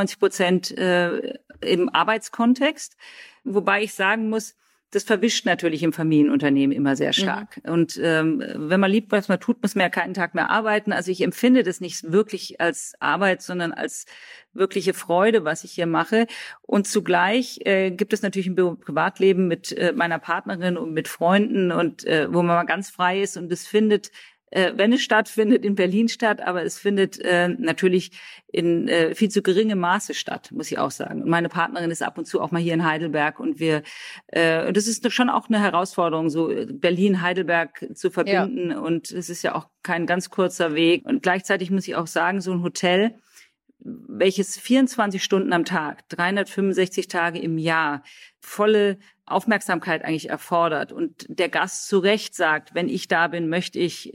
99% im Arbeitskontext, wobei ich sagen muss, das verwischt natürlich im Familienunternehmen immer sehr stark. Und wenn man liebt, was man tut, muss man ja keinen Tag mehr arbeiten. Also ich empfinde das nicht wirklich als Arbeit, sondern als wirkliche Freude, was ich hier mache. Und zugleich gibt es natürlich ein Privatleben mit meiner Partnerin und mit Freunden und wo man mal ganz frei ist und es findet, wenn es stattfindet, in Berlin statt, aber es findet natürlich in viel zu geringem Maße statt, muss ich auch sagen. Und meine Partnerin ist ab und zu auch mal hier in Heidelberg und das ist schon auch eine Herausforderung, so Berlin-Heidelberg zu verbinden und es ist ja auch kein ganz kurzer Weg. Und gleichzeitig muss ich auch sagen, so ein Hotel, welches 24 Stunden am Tag, 365 Tage im Jahr, volle Aufmerksamkeit eigentlich erfordert und der Gast zu Recht sagt, wenn ich da bin, möchte ich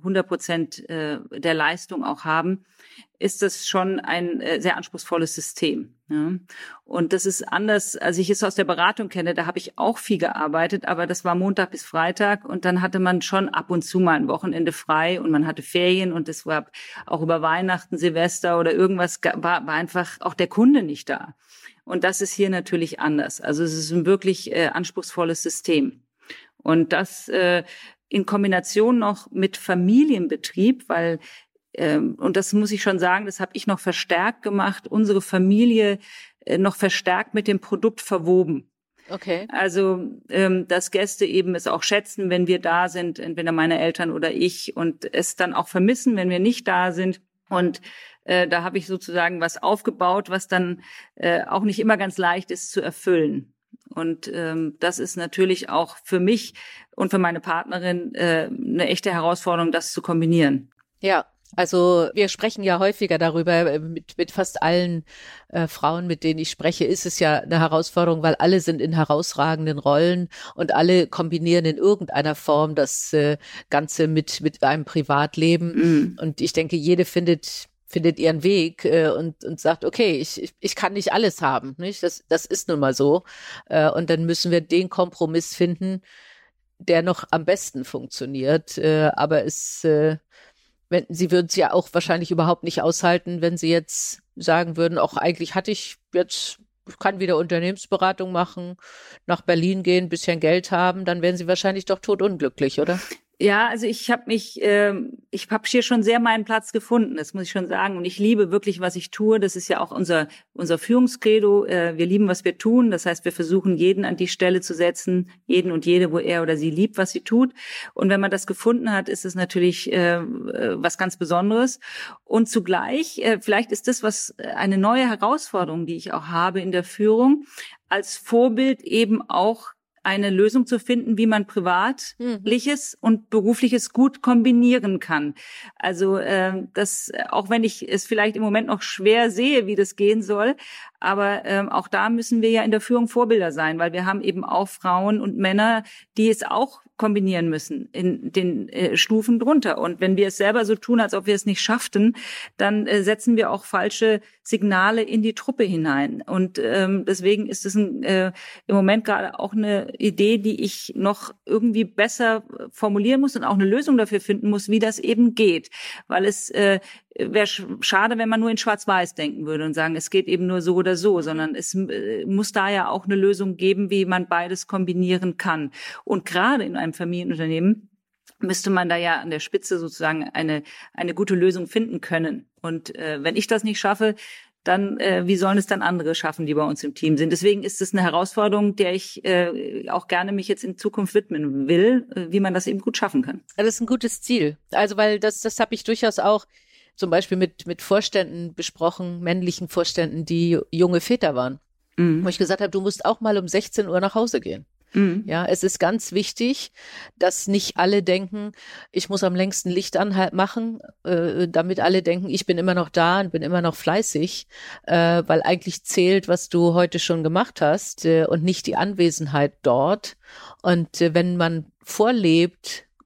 100% der Leistung auch haben, ist das schon ein sehr anspruchsvolles System. Ja. Und das ist anders, als ich es aus der Beratung kenne, da habe ich auch viel gearbeitet, aber das war Montag bis Freitag und dann hatte man schon ab und zu mal ein Wochenende frei und man hatte Ferien und es war auch über Weihnachten, Silvester oder irgendwas, war einfach auch der Kunde nicht da. Und das ist hier natürlich anders. Also es ist ein wirklich anspruchsvolles System. Und das in Kombination noch mit Familienbetrieb, weil und das muss ich schon sagen, das habe ich noch verstärkt gemacht, unsere Familie noch verstärkt mit dem Produkt verwoben. Okay. Also, dass Gäste eben es auch schätzen, wenn wir da sind, entweder meine Eltern oder ich, und es dann auch vermissen, wenn wir nicht da sind. Und da habe ich sozusagen was aufgebaut, was dann auch nicht immer ganz leicht ist zu erfüllen. Und das ist natürlich auch für mich und für meine Partnerin eine echte Herausforderung, das zu kombinieren. Ja. Also wir sprechen ja häufiger darüber, mit fast allen Frauen, mit denen ich spreche, ist es ja eine Herausforderung, weil alle sind in herausragenden Rollen und alle kombinieren in irgendeiner Form das Ganze mit einem Privatleben. Und ich denke, jede findet ihren Weg und sagt, okay, ich kann nicht alles haben, nicht? Das ist nun mal so. Und dann müssen wir den Kompromiss finden, der noch am besten funktioniert. Aber Sie würden es ja auch wahrscheinlich überhaupt nicht aushalten, wenn Sie jetzt sagen würden, auch eigentlich ich kann wieder Unternehmensberatung machen, nach Berlin gehen, bisschen Geld haben, dann wären Sie wahrscheinlich doch totunglücklich, oder? Ja, also ich habe hier schon sehr meinen Platz gefunden, das muss ich schon sagen. Und ich liebe wirklich, was ich tue. Das ist ja auch unser Führungskredo. Wir lieben, was wir tun. Das heißt, wir versuchen, jeden an die Stelle zu setzen, jeden und jede, wo er oder sie liebt, was sie tut. Und wenn man das gefunden hat, ist es natürlich was ganz Besonderes. Und zugleich, vielleicht ist das eine neue Herausforderung, die ich auch habe in der Führung, als Vorbild eben auch eine Lösung zu finden, wie man Privatliches und Berufliches gut kombinieren kann. Also das, auch wenn ich es vielleicht im Moment noch schwer sehe, wie das gehen soll, aber auch da müssen wir ja in der Führung Vorbilder sein, weil wir haben eben auch Frauen und Männer, die es auch kombinieren müssen in den Stufen drunter. Und wenn wir es selber so tun, als ob wir es nicht schafften, dann setzen wir auch falsche Signale in die Truppe hinein. Und deswegen ist es im Moment gerade auch eine Idee, die ich noch irgendwie besser formulieren muss und auch eine Lösung dafür finden muss, wie das eben geht. Weil es wäre schade, wenn man nur in Schwarz-Weiß denken würde und sagen, es geht eben nur so oder so, sondern es muss da ja auch eine Lösung geben, wie man beides kombinieren kann. Und gerade in einem Familienunternehmen müsste man da ja an der Spitze sozusagen eine gute Lösung finden können. Und wenn ich das nicht schaffe, dann wie sollen es dann andere schaffen, die bei uns im Team sind? Deswegen ist es eine Herausforderung, der ich auch gerne mich jetzt in Zukunft widmen will, wie man das eben gut schaffen kann. Das ist ein gutes Ziel. Also weil das habe ich durchaus auch zum Beispiel mit Vorständen besprochen, männlichen Vorständen, die junge Väter waren. Wo ich gesagt habe, du musst auch mal um 16 Uhr nach Hause gehen. Ja, es ist ganz wichtig, dass nicht alle denken, ich muss am längsten Licht machen, damit alle denken, ich bin immer noch da und bin immer noch fleißig, weil eigentlich zählt, was du heute schon gemacht hast und nicht die Anwesenheit dort. Und wenn man vorlebt,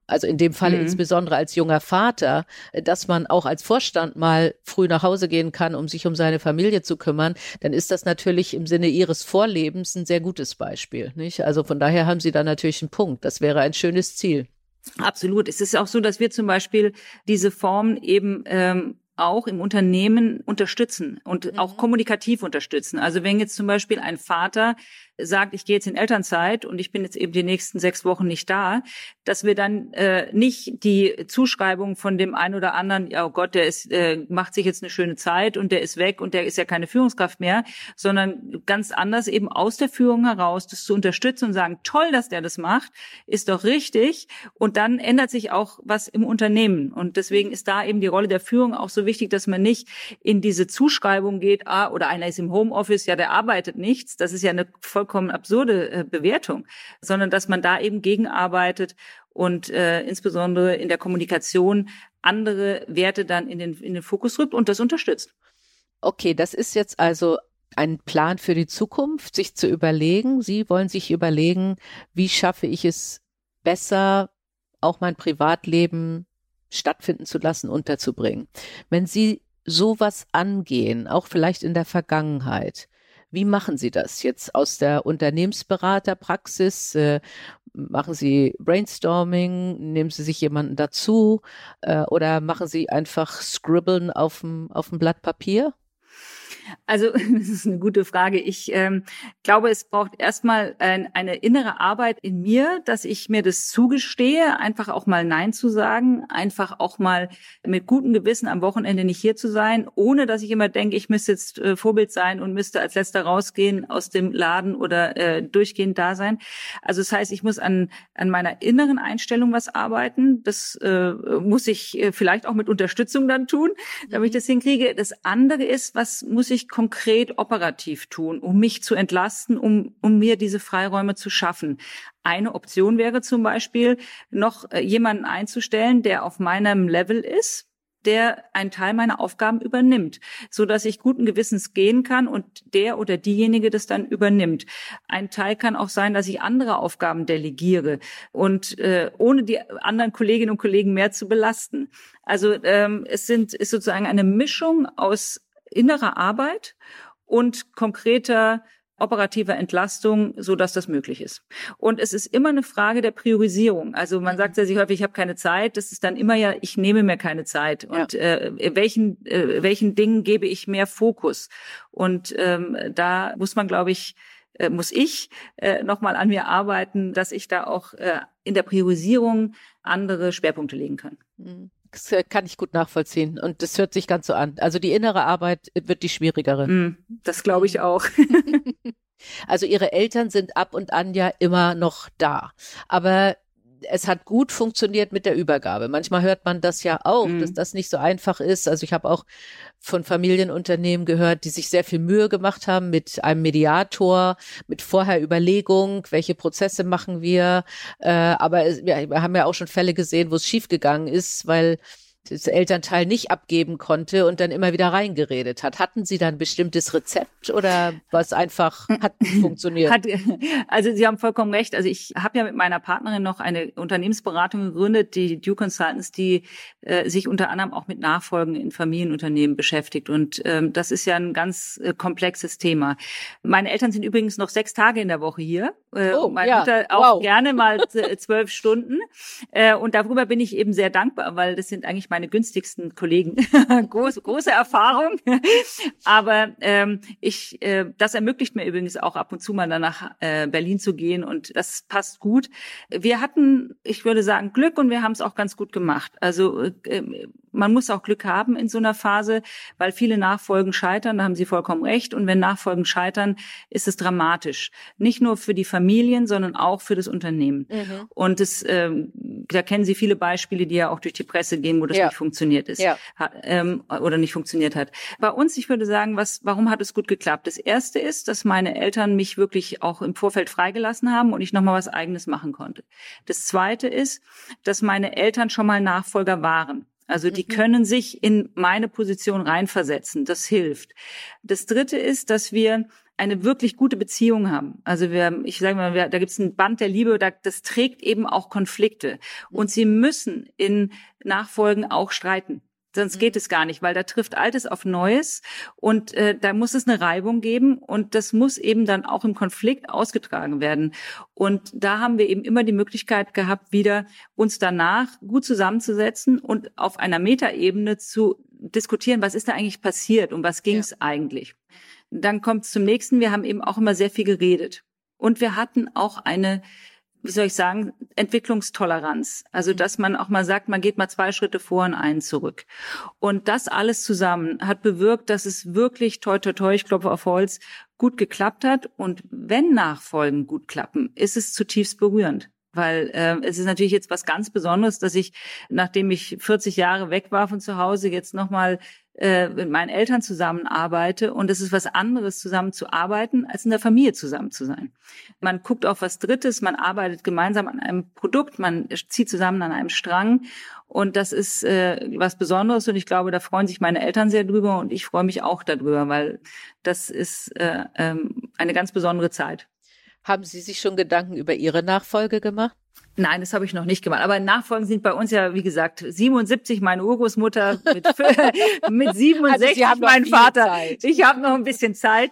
also in dem Falle insbesondere als junger Vater, dass man auch als Vorstand mal früh nach Hause gehen kann, um sich um seine Familie zu kümmern, dann ist das natürlich im Sinne Ihres Vorlebens ein sehr gutes Beispiel, nicht? Also von daher haben Sie da natürlich einen Punkt. Das wäre ein schönes Ziel. Absolut. Es ist auch so, dass wir zum Beispiel diese Form eben auch im Unternehmen unterstützen und auch kommunikativ unterstützen. Also wenn jetzt zum Beispiel ein Vater sagt, ich gehe jetzt in Elternzeit und ich bin jetzt eben die nächsten 6 Wochen nicht da, dass wir dann nicht die Zuschreibung von dem einen oder anderen, ja, oh Gott, der ist macht sich jetzt eine schöne Zeit und der ist weg und der ist ja keine Führungskraft mehr, sondern ganz anders eben aus der Führung heraus das zu unterstützen und sagen, toll, dass der das macht, ist doch richtig. Und dann ändert sich auch was im Unternehmen. Und deswegen ist da eben die Rolle der Führung auch so wichtig, dass man nicht in diese Zuschreibung geht, oder einer ist im Homeoffice, ja, der arbeitet nichts. Das ist ja eine vollkommen absurde Bewertung, sondern dass man da eben gegenarbeitet und insbesondere in der Kommunikation andere Werte dann in den Fokus rückt und das unterstützt. Okay, das ist jetzt also ein Plan für die Zukunft, sich zu überlegen. Sie wollen sich überlegen, wie schaffe ich es besser, auch mein Privatleben stattfinden zu lassen, unterzubringen. Wenn Sie sowas angehen, auch vielleicht in der Vergangenheit, wie machen Sie das jetzt aus der Unternehmensberaterpraxis? Machen Sie Brainstorming? Nehmen Sie sich jemanden dazu? Oder machen Sie einfach Scribbeln auf dem Blatt Papier? Also, das ist eine gute Frage. Ich glaube, es braucht erstmal eine innere Arbeit in mir, dass ich mir das zugestehe, einfach auch mal Nein zu sagen, einfach auch mal mit gutem Gewissen am Wochenende nicht hier zu sein, ohne dass ich immer denke, ich müsste jetzt Vorbild sein und müsste als Letzter rausgehen aus dem Laden oder durchgehend da sein. Also das heißt, ich muss an meiner inneren Einstellung was arbeiten. Das muss ich vielleicht auch mit Unterstützung dann tun, damit ich das hinkriege. Das andere ist, was muss ich konkret operativ tun, um mich zu entlasten, um mir diese Freiräume zu schaffen. Eine Option wäre zum Beispiel, noch jemanden einzustellen, der auf meinem Level ist, der einen Teil meiner Aufgaben übernimmt, so dass ich guten Gewissens gehen kann und der oder diejenige das dann übernimmt. Ein Teil kann auch sein, dass ich andere Aufgaben delegiere und ohne die anderen Kolleginnen und Kollegen mehr zu belasten. Also ist sozusagen eine Mischung aus innerer Arbeit und konkreter operativer Entlastung, so dass das möglich ist. Und es ist immer eine Frage der Priorisierung. Also man sagt ja sich häufig, ich habe keine Zeit. Das ist dann immer ja, ich nehme mir keine Zeit. Und welchen Dingen gebe ich mehr Fokus? Und da muss man, glaube ich, muss ich nochmal an mir arbeiten, dass ich da auch in der Priorisierung andere Schwerpunkte legen kann. Das kann ich gut nachvollziehen und das hört sich ganz so an. Also die innere Arbeit wird die schwierigere. Das glaube ich auch. Also Ihre Eltern sind ab und an ja immer noch da, aber es hat gut funktioniert mit der Übergabe. Manchmal hört man das ja auch, dass das nicht so einfach ist. Also ich habe auch von Familienunternehmen gehört, die sich sehr viel Mühe gemacht haben mit einem Mediator, mit vorher Überlegung, welche Prozesse machen wir. Aber wir haben ja auch schon Fälle gesehen, wo es schiefgegangen ist, weil das Elternteil nicht abgeben konnte und dann immer wieder reingeredet hat. Hatten Sie da ein bestimmtes Rezept oder was einfach hat funktioniert? Also Sie haben vollkommen recht. Also ich habe ja mit meiner Partnerin noch eine Unternehmensberatung gegründet, die Due Consultants, die sich unter anderem auch mit Nachfolgen in Familienunternehmen beschäftigt. Und das ist ja ein ganz komplexes Thema. Meine Eltern sind übrigens noch 6 Tage in der Woche hier. Meine Mutter auch gerne mal 12 Stunden. Und darüber bin ich eben sehr dankbar, weil das sind eigentlich meine günstigsten Kollegen. Große Erfahrung. Aber das ermöglicht mir übrigens auch ab und zu mal dann nach Berlin zu gehen und das passt gut. Wir hatten, ich würde sagen, Glück und wir haben es auch ganz gut gemacht. Also man muss auch Glück haben in so einer Phase, weil viele Nachfolgen scheitern, da haben Sie vollkommen recht. Und wenn Nachfolgen scheitern, ist es dramatisch. Nicht nur für die Familien, sondern auch für das Unternehmen. Und da kennen Sie viele Beispiele, die ja auch durch die Presse gehen, wo das nicht funktioniert ist oder nicht funktioniert hat. Bei uns, ich würde sagen, warum hat es gut geklappt? Das Erste ist, dass meine Eltern mich wirklich auch im Vorfeld freigelassen haben und ich nochmal was Eigenes machen konnte. Das Zweite ist, dass meine Eltern schon mal Nachfolger waren. Also die können sich in meine Position reinversetzen. Das hilft. Das Dritte ist, dass wir eine wirklich gute Beziehung haben. Also ich sage mal, da gibt es ein Band der Liebe, das trägt eben auch Konflikte. Und sie müssen in Nachfolgen auch streiten. Sonst geht es gar nicht, weil da trifft Altes auf Neues und da muss es eine Reibung geben und das muss eben dann auch im Konflikt ausgetragen werden. Und da haben wir eben immer die Möglichkeit gehabt, wieder uns danach gut zusammenzusetzen und auf einer Metaebene zu diskutieren, was ist da eigentlich passiert, um was ging es eigentlich. Dann kommt es zum nächsten, wir haben eben auch immer sehr viel geredet. Und wir hatten auch eine, wie soll ich sagen, Entwicklungstoleranz. Also, dass man auch mal sagt, man geht mal 2 Schritte vor und einen zurück. Und das alles zusammen hat bewirkt, dass es wirklich, toi, toi, toi, ich klopfe auf Holz, gut geklappt hat. Und wenn Nachfolgen gut klappen, ist es zutiefst berührend. Weil es ist natürlich jetzt was ganz Besonderes, dass ich, nachdem ich 40 Jahre weg war von zu Hause, jetzt nochmal mit meinen Eltern zusammenarbeite. Und es ist was anderes, zusammen zu arbeiten, als in der Familie zusammen zu sein. Man guckt auf was Drittes, man arbeitet gemeinsam an einem Produkt, man zieht zusammen an einem Strang. Und das ist was Besonderes. Und ich glaube, da freuen sich meine Eltern sehr drüber. Und ich freue mich auch darüber, weil das ist eine ganz besondere Zeit. Haben Sie sich schon Gedanken über Ihre Nachfolge gemacht? Nein, das habe ich noch nicht gemacht. Aber Nachfolgen sind bei uns ja, wie gesagt, 77 meine Urgroßmutter, mit 67 also mein Vater. Zeit. Ich habe noch ein bisschen Zeit.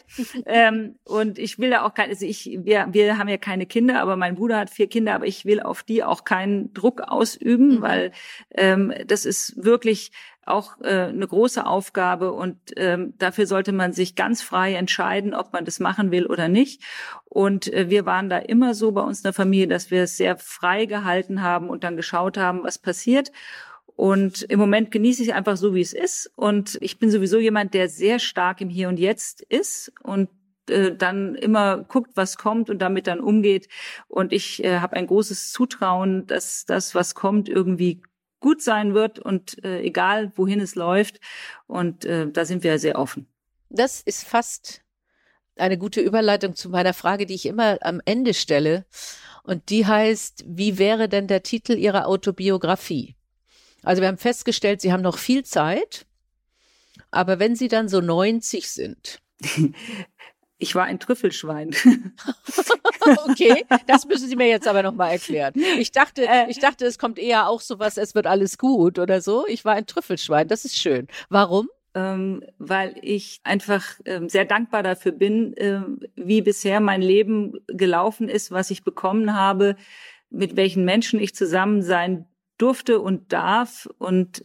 Und ich will da auch wir haben ja keine Kinder, aber mein Bruder hat 4 Kinder, aber ich will auf die auch keinen Druck ausüben, weil das ist wirklich auch eine große Aufgabe und dafür sollte man sich ganz frei entscheiden, ob man das machen will oder nicht. Und wir waren da immer so bei uns in der Familie, dass wir es sehr frei gehalten haben und dann geschaut haben, was passiert. Und im Moment genieße ich es einfach so, wie es ist. Und ich bin sowieso jemand, der sehr stark im Hier und Jetzt ist und dann immer guckt, was kommt und damit dann umgeht. Und ich habe ein großes Zutrauen, dass das, was kommt, irgendwie gut sein wird und egal, wohin es läuft. Und da sind wir sehr offen. Das ist fast eine gute Überleitung zu meiner Frage, die ich immer am Ende stelle. Und die heißt, wie wäre denn der Titel Ihrer Autobiografie? Also wir haben festgestellt, Sie haben noch viel Zeit, aber wenn Sie dann so 90 sind. Ich war ein Trüffelschwein. Okay, das müssen Sie mir jetzt aber nochmal erklären. Ich dachte, es kommt eher auch sowas, es wird alles gut oder so. Ich war ein Trüffelschwein, das ist schön. Warum? Weil ich einfach sehr dankbar dafür bin, wie bisher mein Leben gelaufen ist, was ich bekommen habe, mit welchen Menschen ich zusammen sein durfte und darf und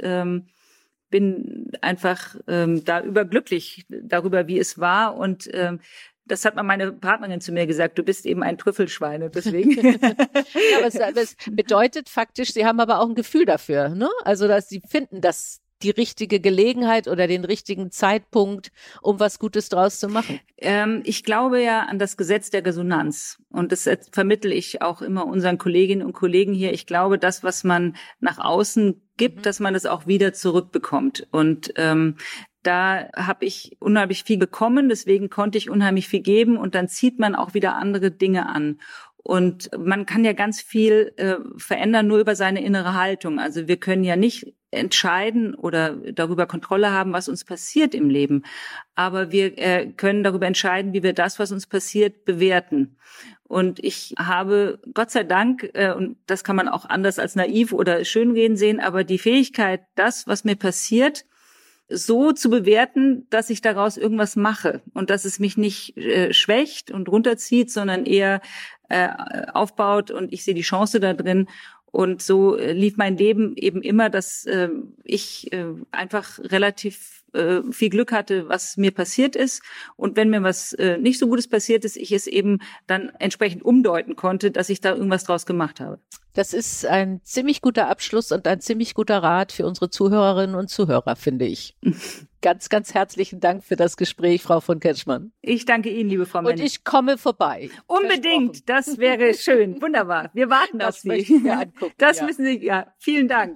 bin einfach da überglücklich darüber, wie es war und das hat mal meine Partnerin zu mir gesagt, du bist eben ein Trüffelschwein und deswegen. Ja, aber es bedeutet faktisch, Sie haben aber auch ein Gefühl dafür, ne? Also, dass Sie finden, dass die richtige Gelegenheit oder den richtigen Zeitpunkt, um was Gutes draus zu machen? Ich glaube ja an das Gesetz der Resonanz und das vermittle ich auch immer unseren Kolleginnen und Kollegen hier. Ich glaube, das, was man nach außen gibt, dass man das auch wieder zurückbekommt und da habe ich unheimlich viel bekommen, deswegen konnte ich unheimlich viel geben und dann zieht man auch wieder andere Dinge an. Und man kann ja ganz viel verändern nur über seine innere Haltung. Also wir können ja nicht entscheiden oder darüber Kontrolle haben, was uns passiert im Leben. Aber wir können darüber entscheiden, wie wir das, was uns passiert, bewerten. Und ich habe, Gott sei Dank, und das kann man auch anders als naiv oder schönreden sehen, aber die Fähigkeit, das, was mir passiert, so zu bewerten, dass ich daraus irgendwas mache und dass es mich nicht schwächt und runterzieht, sondern eher aufbaut und ich sehe die Chance da drin. Und so lief mein Leben eben immer, dass ich einfach relativ viel Glück hatte, was mir passiert ist. Und wenn mir was nicht so Gutes passiert ist, ich es eben dann entsprechend umdeuten konnte, dass ich da irgendwas draus gemacht habe. Das ist ein ziemlich guter Abschluss und ein ziemlich guter Rat für unsere Zuhörerinnen und Zuhörer, finde ich. Ganz, ganz herzlichen Dank für das Gespräch, Frau von Kretschmann. Ich danke Ihnen, liebe Frau Menne. Und ich komme vorbei. Unbedingt, das wäre schön. Wunderbar. Wir warten auf Sie. Angucken, das müssen Sie, ja. Vielen Dank.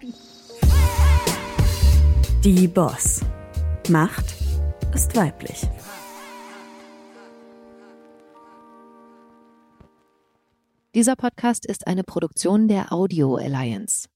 Die Boss. Macht ist weiblich. Dieser Podcast ist eine Produktion der Audio Alliance.